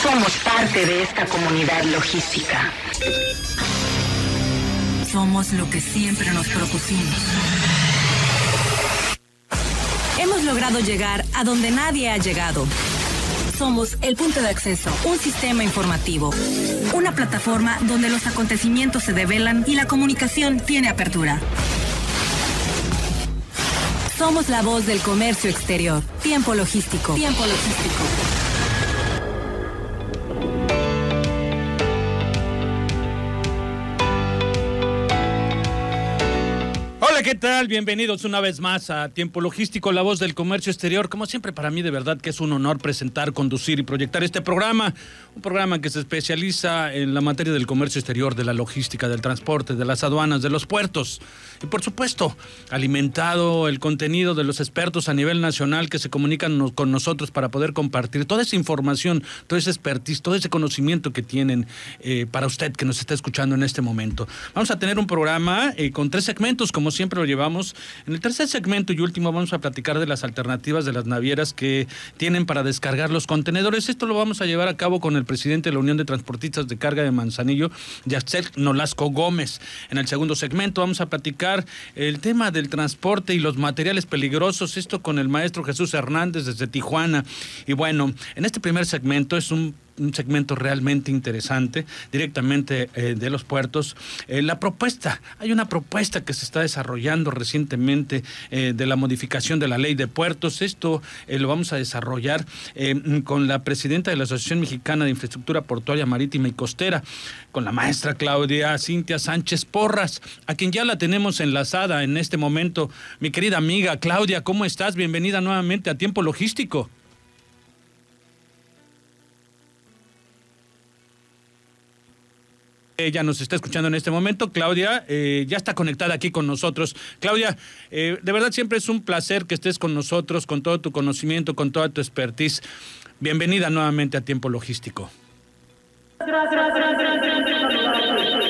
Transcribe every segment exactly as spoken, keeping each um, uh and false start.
Somos parte de esta comunidad logística. Somos lo que siempre nos propusimos. Hemos logrado llegar a donde nadie ha llegado. Somos el punto de acceso, un sistema informativo, una plataforma donde los acontecimientos se develan y la comunicación tiene apertura. Somos la voz del comercio exterior. Tiempo logístico. Tiempo logístico. Hola, ¿qué tal? Bienvenidos una vez más a Tiempo Logístico, la voz del comercio exterior. Como siempre, para mí de verdad que es un honor presentar, conducir y proyectar este programa. Un programa que se especializa en la materia del comercio exterior, de la logística, del transporte, de las aduanas, de los puertos. Y por supuesto, alimentado el contenido de los expertos a nivel nacional que se comunican no, con nosotros para poder compartir toda esa información, toda esa expertise, todo ese conocimiento que tienen eh, para usted que nos está escuchando en este momento. Vamos a tener un programa eh, con tres segmentos, como siempre. Siempre lo llevamos. En el tercer segmento y último vamos a platicar de las alternativas de las navieras que tienen para descargar los contenedores. Esto lo vamos a llevar a cabo con el presidente de la Unión de Transportistas de Carga de Manzanillo, Yaxel Nolasco Gómez. En el segundo segmento vamos a platicar el tema del transporte y los materiales peligrosos, esto con el maestro Jesús Hernández desde Tijuana. Y bueno, en este primer segmento es un un segmento realmente interesante, directamente eh, de los puertos. Eh, la propuesta, hay una propuesta que se está desarrollando recientemente eh, de la modificación de la ley de puertos. Esto eh, lo vamos a desarrollar eh, con la presidenta de la Asociación Mexicana de Infraestructura Portuaria, Marítima y Costera, con la maestra Claudia Cintia Sánchez Porras, a quien ya la tenemos enlazada en este momento. Mi querida amiga Claudia, ¿cómo estás? Bienvenida nuevamente a Tiempo Logístico. Ella nos está escuchando en este momento. Claudia eh, ya está conectada aquí con nosotros. Claudia, eh, de verdad siempre es un placer que estés con nosotros, con todo tu conocimiento, con toda tu expertise. Bienvenida nuevamente a Tiempo Logístico. Gracias, gracias, gracias, gracias.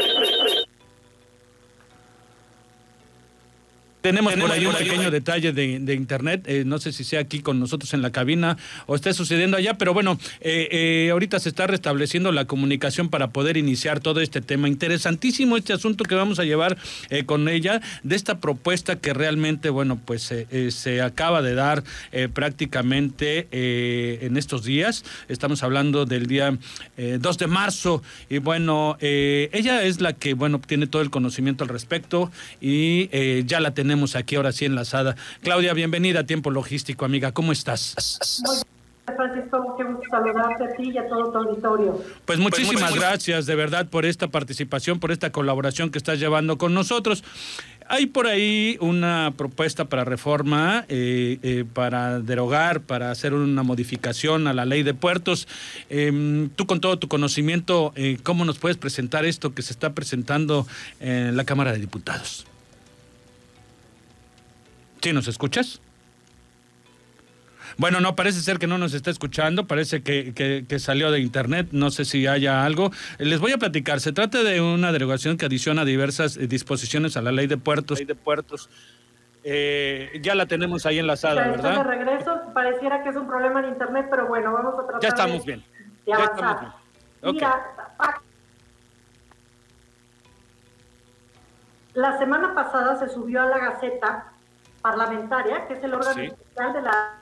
Tenemos, Tenemos por ahí un pequeño detalle de, de internet, eh, no sé si sea aquí con nosotros en la cabina o esté sucediendo allá, pero bueno, eh, eh, ahorita se está restableciendo la comunicación para poder iniciar todo este tema. Interesantísimo este asunto que vamos a llevar eh, con ella, de esta propuesta que realmente, bueno, pues eh, eh, se acaba de dar eh, prácticamente eh, en estos días. Estamos hablando del día eh, dos de marzo y bueno, eh, ella es la que, bueno, tiene todo el conocimiento al respecto y eh, ya la tenemos aquí ahora sí enlazada. Claudia, bienvenida a Tiempo Logístico, amiga, ¿cómo estás? Muy bien, Francisco, qué gusto saludarte a ti y a todo tu auditorio. Pues muchísimas pues muy, gracias, de verdad, por esta participación, por esta colaboración que estás llevando con nosotros. Hay por ahí una propuesta para reforma, eh, eh, para derogar, para hacer una modificación a la ley de puertos. Eh, tú con todo tu conocimiento, eh, ¿cómo nos puedes presentar esto que se está presentando en la Cámara de Diputados? ¿Sí nos escuchas? Bueno, no, parece ser que no nos está escuchando, parece que, que, que salió de internet, no sé si haya algo. Les voy a platicar, se trata de una derogación que adiciona diversas eh, disposiciones a la ley de puertos. Ley de puertos. Eh, ya la tenemos ahí enlazada, ya ¿verdad? De regreso, pareciera que es un problema en internet, pero bueno, vamos a tratar ya estamos de, bien. de ya avanzar. estamos bien. Okay. Mira, la semana pasada se subió a la Gaceta Parlamentaria, que es el órgano sí. oficial de la...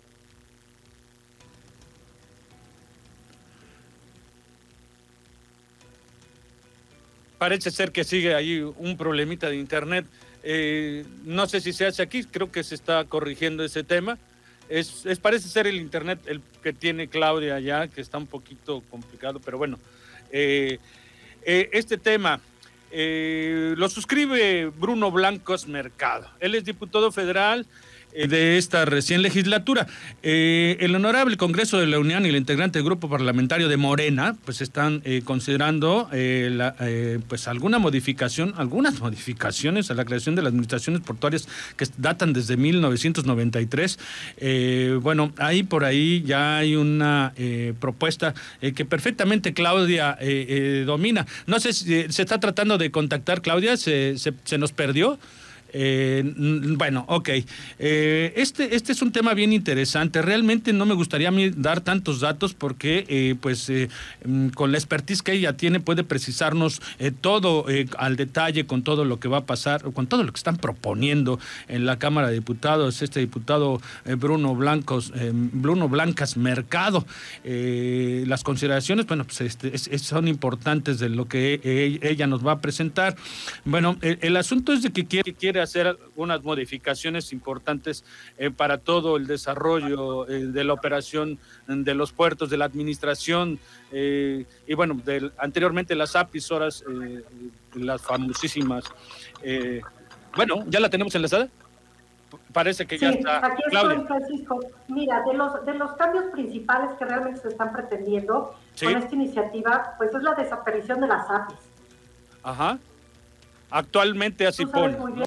Parece ser que sigue ahí un problemita de internet. Eh, no sé si se hace aquí, creo que se está corrigiendo ese tema. Es, es parece ser el internet el que tiene Claudia allá, que está un poquito complicado, pero bueno. Eh, eh, este tema... Eh, lo suscribe Bruno Blancos Mercado. Él es diputado federal eh, de esta recién legislatura. Eh, el Honorable Congreso de la Unión y el integrante del Grupo Parlamentario de Morena, pues están eh, considerando eh, la, eh, pues alguna modificación, algunas modificaciones a la creación de las administraciones portuarias que datan desde mil novecientos noventa y tres. Eh, bueno, ahí por ahí ya hay una eh, propuesta eh, que perfectamente Claudia eh, eh, domina. No sé si se está tratando de contactar, Claudia, se, se, se nos perdió. Eh, bueno, ok. Eh, este, este es un tema bien interesante. Realmente no me gustaría a mí dar tantos datos porque, eh, pues, eh, con la expertise que ella tiene puede precisarnos eh, todo eh, al detalle con todo lo que va a pasar, con todo lo que están proponiendo en la Cámara de Diputados. Este diputado eh, Bruno Blancos, eh, Bruno Blancas Mercado. Eh, las consideraciones, bueno, pues este, es, es, son importantes de lo que e, ella nos va a presentar. Bueno, el, el asunto es de que quiere, quiere hacer algunas modificaciones importantes eh, para todo el desarrollo eh, de la operación de los puertos, de la administración eh, y bueno, del, anteriormente las A P I, horas, eh, las famosísimas. Eh, bueno, ¿ya la tenemos enlazada? Parece que sí, ya está. Aquí estoy, Claudia. Francisco. Mira, de los, de los cambios principales que realmente se están pretendiendo ¿sí? con esta iniciativa, pues es la desaparición de las A P Is. Ajá. Actualmente así pone. ¿No?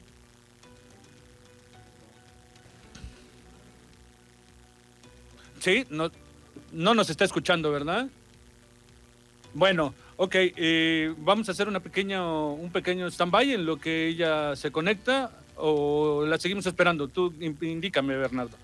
Sí, no, no nos está escuchando, ¿verdad? Bueno, ok, eh, vamos a hacer una pequeña, un pequeño stand-by en lo que ella se conecta o la seguimos esperando. Tú indícame, Bernardo.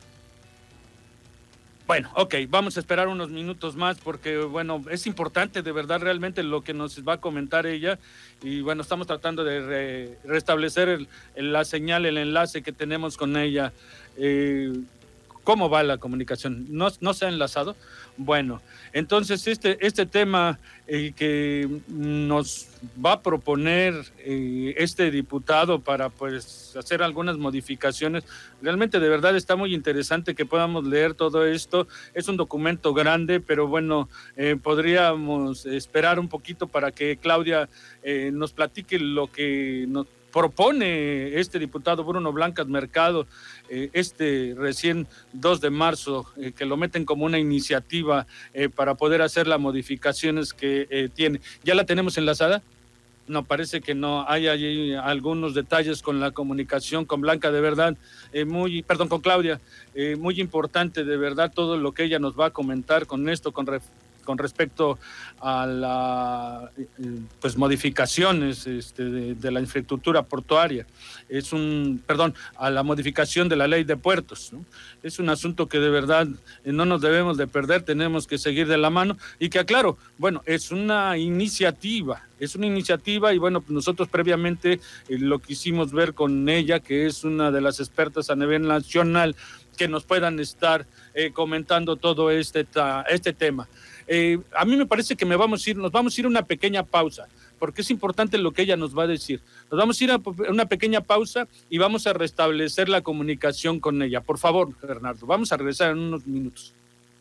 Bueno, ok, vamos a esperar unos minutos más porque, bueno, es importante de verdad realmente lo que nos va a comentar ella y, bueno, estamos tratando de re, restablecer el, el, la señal, el enlace que tenemos con ella. Eh, ¿Cómo va la comunicación? ¿No, no se ha enlazado? Bueno, entonces este, este tema eh, que nos va a proponer eh, este diputado para pues hacer algunas modificaciones, realmente de verdad está muy interesante que podamos leer todo esto. Es un documento grande, pero bueno, eh, podríamos esperar un poquito para que Claudia eh, nos platique lo que nos propone este diputado Bruno Blancas Mercado, eh, este recién dos de marzo, eh, que lo meten como una iniciativa eh, para poder hacer las modificaciones que eh, tiene. ¿Ya la tenemos enlazada? No, parece que no. Hay allí algunos detalles con la comunicación con Blanca, de verdad, eh, muy, perdón, con Claudia, eh, muy importante, de verdad, todo lo que ella nos va a comentar con esto, con ref con respecto a la pues modificaciones este, de, de la infraestructura portuaria, es un, perdón, a la modificación de la ley de puertos, ¿no? Es un asunto que de verdad no nos debemos de perder, tenemos que seguir de la mano y que aclaro, bueno, es una iniciativa, es una iniciativa y bueno, nosotros previamente eh, lo quisimos ver con ella, que es una de las expertas a nivel nacional que nos puedan estar eh, comentando todo este, ta, este tema. Eh, a mí me parece que me vamos a ir, nos vamos a ir a una pequeña pausa, porque es importante lo que ella nos va a decir. Nos vamos a ir a una pequeña pausa y vamos a restablecer la comunicación con ella. Por favor, Bernardo, vamos a regresar en unos minutos.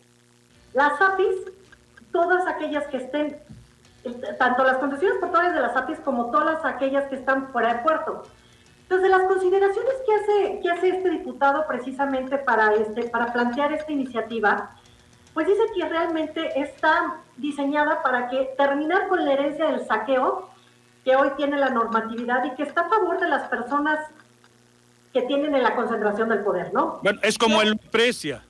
Las A P Is, todas aquellas que estén, tanto las concesiones portuarias de las A P Is como todas aquellas que están fuera de puerto. Entonces, las consideraciones que hace, que hace este diputado precisamente para, este, para plantear esta iniciativa, pues dice que realmente está diseñada para que terminar con la herencia del saqueo que hoy tiene la normatividad y que está a favor de las personas que tienen en la concentración del poder, ¿no? Bueno, es como el precia.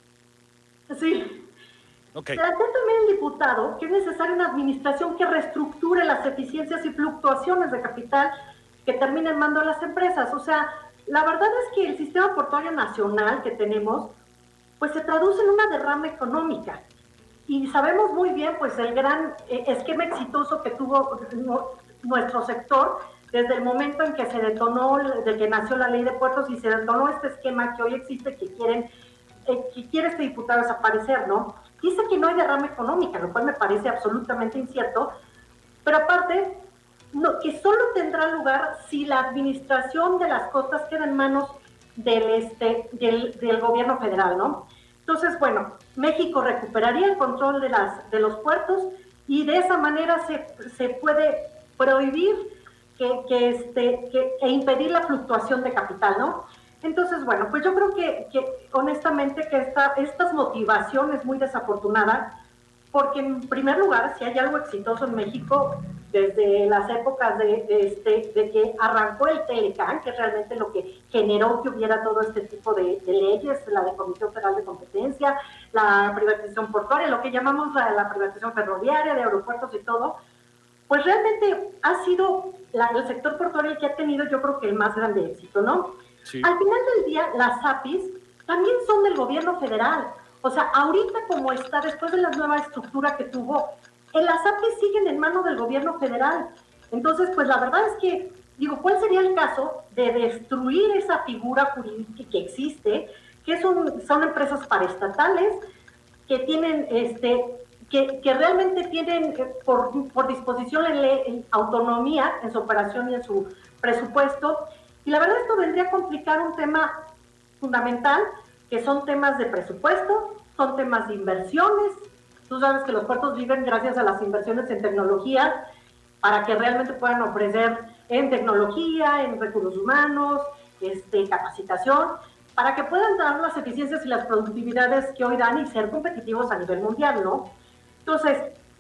Sí. Okay. Plantea también el diputado que es necesaria una administración que reestructure las eficiencias y fluctuaciones de capital que terminen en mando a las empresas. O sea, la verdad es que el sistema portuario nacional que tenemos pues se traduce en una derrama económica. Y sabemos muy bien, pues, el gran eh, esquema exitoso que tuvo no, nuestro sector desde el momento en que se detonó, desde que nació la ley de puertos y se detonó este esquema que hoy existe, que quieren, eh, que quiere este diputado desaparecer, ¿no? Dice que no hay derrama económica, lo cual me parece absolutamente incierto, pero aparte, no, que solo tendrá lugar si la administración de las costas queda en manos Del, este, del, del gobierno federal, ¿no? Entonces, bueno, México recuperaría el control de, las, de los puertos y de esa manera se, se puede prohibir que, que este, que, e impedir la fluctuación de capital, ¿no? Entonces, bueno, pues yo creo que, que honestamente que esta, estas motivaciones muy desafortunadas, porque en primer lugar, si hay algo exitoso en México, desde las épocas de, de, este, de que arrancó el Telecán, que es realmente lo que generó que hubiera todo este tipo de, de leyes, la de Comisión Federal de Competencia, la privatización portuaria, lo que llamamos la, la privatización ferroviaria, de aeropuertos y todo, pues realmente ha sido la, el sector portuario el que ha tenido, yo creo que el más grande éxito, ¿no? Sí. Al final del día, las A P Is también son del gobierno federal. O sea, ahorita como está, después de la nueva estructura que tuvo, las A P Is siguen en manos del gobierno federal. Entonces, pues la verdad es que, digo, ¿cuál sería el caso de destruir esa figura jurídica que existe, que son, son empresas paraestatales, que tienen, este, que, que realmente tienen eh, por, por disposición en ley, en autonomía en su operación y en su presupuesto? Y la verdad esto vendría a complicar un tema fundamental, que son temas de presupuesto, son temas de inversiones. Tú sabes que los puertos viven gracias a las inversiones en tecnología, para que realmente puedan ofrecer en tecnología, en recursos humanos, este, capacitación, para que puedan dar las eficiencias y las productividades que hoy dan y ser competitivos a nivel mundial, ¿no? Entonces,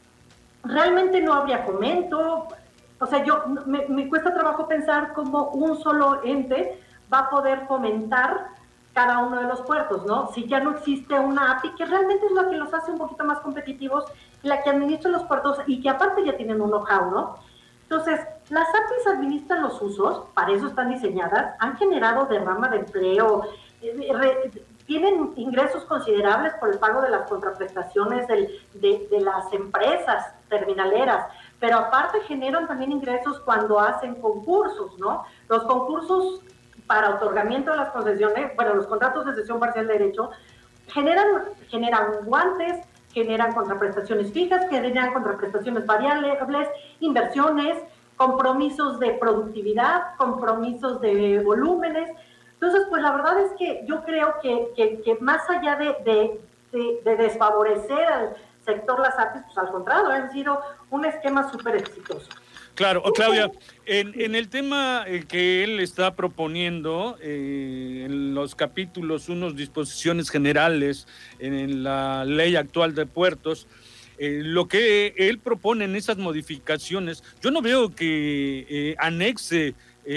realmente no habría fomento. O sea, yo me, me cuesta trabajo pensar cómo un solo ente va a poder fomentar cada uno de los puertos, ¿no? Si ya no existe una A P I, que realmente es la que los hace un poquito más competitivos, la que administra los puertos y que aparte ya tienen un know-how, ¿no? Entonces, las A P Is administran los usos, para eso están diseñadas, han generado derrama de empleo, eh, re, tienen ingresos considerables por el pago de las contraprestaciones del, de, de las empresas terminaleras, pero aparte generan también ingresos cuando hacen concursos, ¿no? Los concursos para otorgamiento de las concesiones, bueno, los contratos de cesión parcial de derecho, generan, generan guantes, generan contraprestaciones fijas, generan contraprestaciones variables, inversiones, compromisos de productividad, compromisos de volúmenes. Entonces, pues la verdad es que yo creo que, que, que más allá de, de, de, de desfavorecer al sector las A P Is, pues al contrario, han sido un esquema súper exitoso. Claro, Claudia, en, en el tema que él está proponiendo, eh, en los capítulos, unos disposiciones generales en la ley actual de puertos, eh, lo que él propone en esas modificaciones, yo no veo que eh, anexe, eh,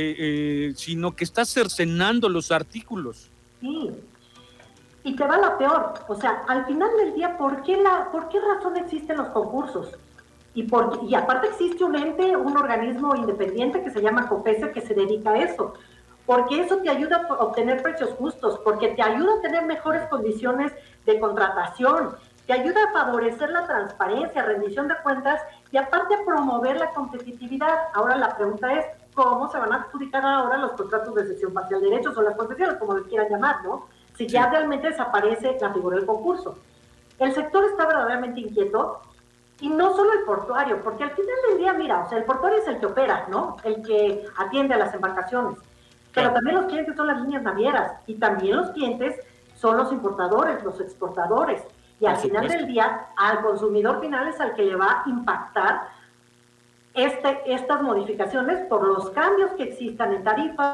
eh, sino que está cercenando los artículos. Sí, y te va la peor, o sea, al final del día, ¿por qué, la, por qué razón existen los concursos? Y, por, y aparte existe un ente, un organismo independiente que se llama COFESE que se dedica a eso, porque eso te ayuda a obtener precios justos, porque te ayuda a tener mejores condiciones de contratación, te ayuda a favorecer la transparencia, rendición de cuentas y aparte a promover la competitividad. Ahora la pregunta es, ¿cómo se van a adjudicar ahora los contratos de cesión parcial de derechos o las concesiones, como les quieran llamar, ¿no? Si ya realmente desaparece la figura del concurso. El sector está verdaderamente inquieto. Y no solo el portuario, porque al final del día, mira, o sea, el portuario es el que opera, ¿no? El que atiende a las embarcaciones. Pero también los clientes son las líneas navieras y también los clientes son los importadores, los exportadores. Y al final del día, al consumidor final es al que le va a impactar este, estas modificaciones por los cambios que existan en tarifas.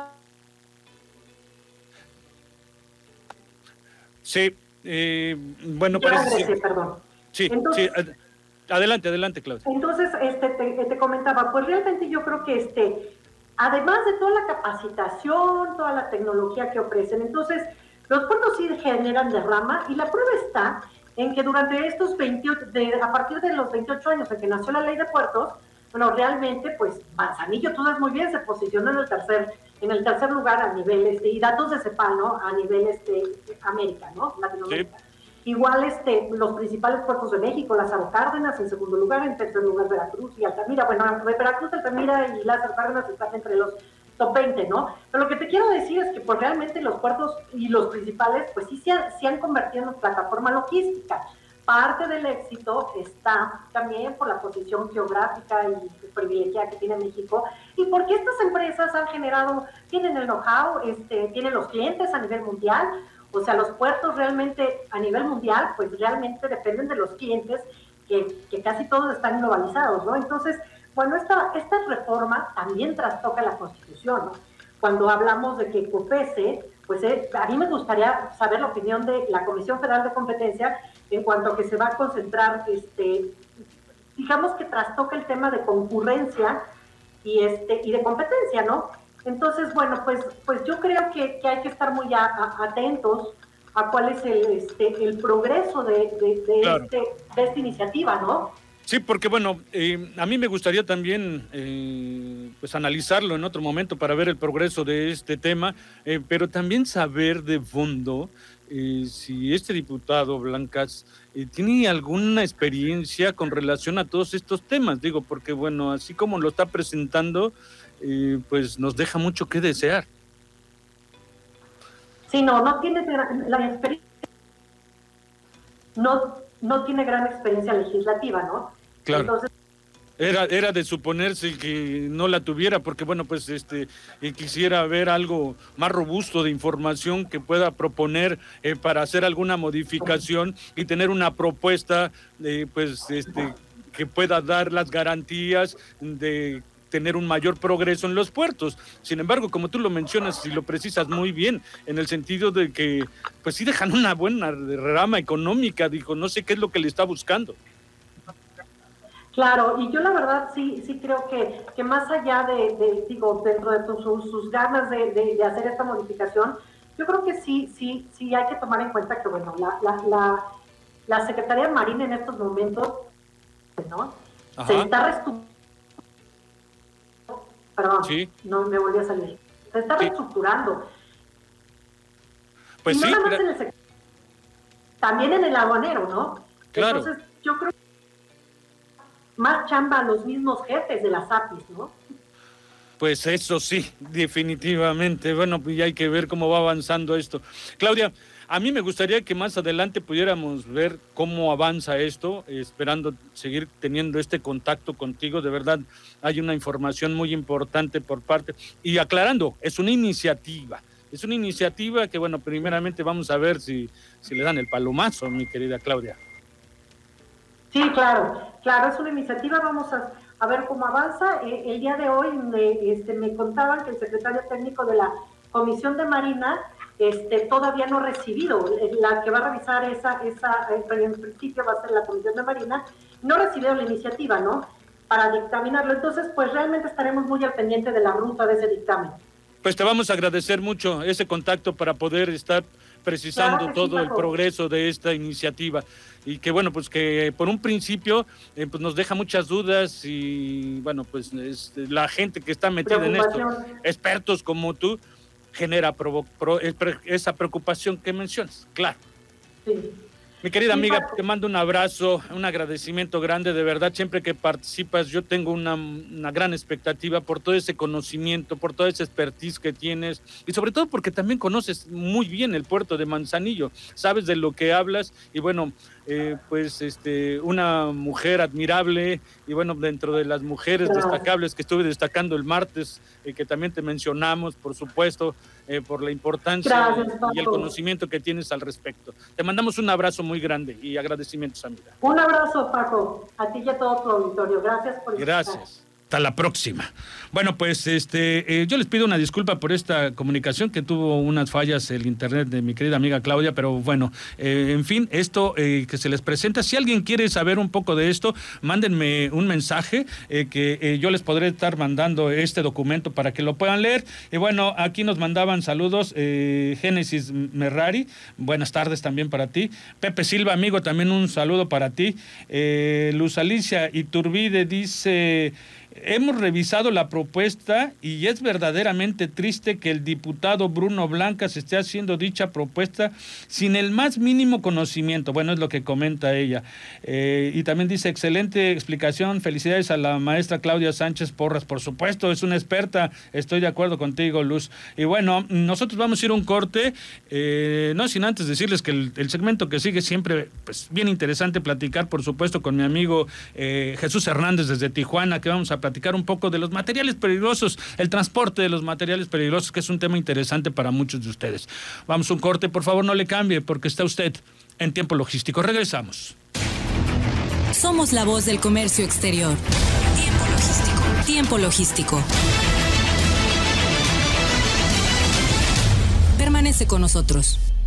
Sí, eh, bueno, Yo parece... regresé, perdón. Sí, Entonces, sí. Adelante, adelante, Claudia. Entonces, este, te, te comentaba, pues realmente yo creo que este, además de toda la capacitación, toda la tecnología que ofrecen, entonces los puertos sí generan derrama y la prueba está en que durante estos veintiocho, de, a partir de los veintiocho años en que nació la ley de puertos, bueno, realmente, pues Manzanillo, tú sabes muy bien, se posicionó en el tercer, en el tercer lugar a nivel, este, y datos de CEPAL, ¿no? A nivel este, América, ¿no? Latinoamérica. Sí. Igual este, los principales puertos de México, Lázaro Cárdenas en segundo lugar, en tercer lugar Veracruz y Altamira. Bueno, Veracruz, Altamira y Lázaro Cárdenas están entre los top veinte, ¿no? Pero lo que te quiero decir es que pues realmente los puertos y los principales pues sí se han, se han convertido en plataforma logística. Parte del éxito está también por la posición geográfica y privilegiada que tiene México y porque estas empresas han generado, tienen el know-how, este, tienen los clientes a nivel mundial. O sea, los puertos realmente a nivel mundial, pues realmente dependen de los clientes, que, que casi todos están globalizados, ¿no? Entonces, bueno, esta, esta reforma también trastoca la Constitución, ¿no? Cuando hablamos de que COFESE, pues eh, a mí me gustaría saber la opinión de la Comisión Federal de Competencia en cuanto a que se va a concentrar, este, digamos que trastoca el tema de concurrencia y, este, y de competencia, ¿no? Entonces, bueno, pues, pues yo creo que, que hay que estar muy a, a, atentos a cuál es el, este, el progreso de, de, de, claro. este, de esta iniciativa, ¿no? Sí, porque bueno, eh, a mí me gustaría también eh, pues analizarlo en otro momento para ver el progreso de este tema, eh, pero también saber de fondo eh, si este diputado Blancas eh, tiene alguna experiencia con relación a todos estos temas, digo, porque bueno, así como lo está presentando, eh, pues nos deja mucho que desear. Sí, no, no tiene la experiencia, no, no tiene gran experiencia legislativa, ¿no? Claro. Entonces, Era, era de suponerse que no la tuviera, porque bueno, pues este eh, quisiera ver algo más robusto de información que pueda proponer eh, para hacer alguna modificación y tener una propuesta eh, pues este que pueda dar las garantías de tener un mayor progreso en los puertos. Sin embargo, como tú lo mencionas y lo precisas muy bien, en el sentido de que pues sí dejan una buena rama económica, dijo, no sé qué es lo que le está buscando. Claro, y yo la verdad sí sí creo que, que más allá de, de digo, dentro de tus, sus, sus ganas de, de, de hacer esta modificación, yo creo que sí sí sí hay que tomar en cuenta que, bueno, la, la, la, la Secretaría de Marina en estos momentos, ¿no? Ajá. Se está reestructurando, perdón, sí. no me volví a salir, se está sí. reestructurando. Pues y no sí, nada más pero... en el sector, también en el aduanero, ¿no? Claro. Entonces, yo creo que más chamba a los mismos jefes de las A P Is, ¿no? Pues eso sí, definitivamente. Bueno, pues ya hay que ver cómo va avanzando esto. Claudia, a mí me gustaría que más adelante pudiéramos ver cómo avanza esto, esperando seguir teniendo este contacto contigo. De verdad, hay una información muy importante por parte, y aclarando, es una iniciativa. Es una iniciativa que, bueno, primeramente vamos a ver si, si le dan el palomazo, mi querida Claudia. Sí, claro, claro, es una iniciativa, vamos a, a ver cómo avanza. Eh, el día de hoy me, este, me contaban que el secretario técnico de la Comisión de Marina este, todavía no ha recibido, la que va a revisar esa, esa en principio va a ser la Comisión de Marina, no ha recibido la iniciativa, ¿no?, para dictaminarlo. Entonces, pues realmente estaremos muy al pendiente de la ruta de ese dictamen. Pues te vamos a agradecer mucho ese contacto para poder estar precisando claro todo sí, el progreso de esta iniciativa, y que bueno, pues que por un principio eh, pues nos deja muchas dudas, y bueno, pues es, la gente que está metida en esto, expertos como tú, genera provo pro, esa preocupación que mencionas, claro. Sí. Mi querida amiga, te mando un abrazo, un agradecimiento grande, de verdad, siempre que participas yo tengo una, una gran expectativa por todo ese conocimiento, por toda esa expertise que tienes, y sobre todo porque también conoces muy bien el puerto de Manzanillo, sabes de lo que hablas, y bueno, eh, pues este, una mujer admirable, y bueno, dentro de las mujeres destacables que estuve destacando el martes, eh, que también te mencionamos, por supuesto, eh, por la importancia Gracias, y el conocimiento que tienes al respecto. Te mandamos un abrazo muy grande y agradecimientos, amiga. Un abrazo, Paco, a ti y a todo tu auditorio. Gracias por Gracias. Estar. Hasta la próxima. Bueno, pues este, eh, yo les pido una disculpa por esta comunicación, que tuvo unas fallas el internet de mi querida amiga Claudia, pero bueno, eh, en fin, esto eh, que se les presenta, si alguien quiere saber un poco de esto, mándenme un mensaje eh, que eh, yo les podré estar mandando este documento para que lo puedan leer. Y bueno, aquí nos mandaban saludos, eh, Génesis Merrari, buenas tardes también para ti. Pepe Silva, amigo, también un saludo para ti. Eh, Luz Alicia Iturbide dice... Hemos revisado la propuesta y es verdaderamente triste que el diputado Bruno Blancas esté haciendo dicha propuesta sin el más mínimo conocimiento. Bueno, es lo que comenta ella. Eh, y también dice, excelente explicación, felicidades a la maestra Claudia Sánchez Porras. Por supuesto, es una experta, estoy de acuerdo contigo, Luz. Y bueno, nosotros vamos a ir a un corte, eh, no sin antes decirles que el, el segmento que sigue siempre, pues bien interesante platicar, por supuesto, con mi amigo eh, Jesús Hernández desde Tijuana, que vamos a platicar un poco de los materiales peligrosos, el transporte de los materiales peligrosos, que es un tema interesante para muchos de ustedes. Vamos a un corte, por favor no le cambie, porque está usted en Tiempo Logístico. Regresamos. Somos la voz del comercio exterior. Tiempo Logístico. Tiempo Logístico. Permanece con nosotros.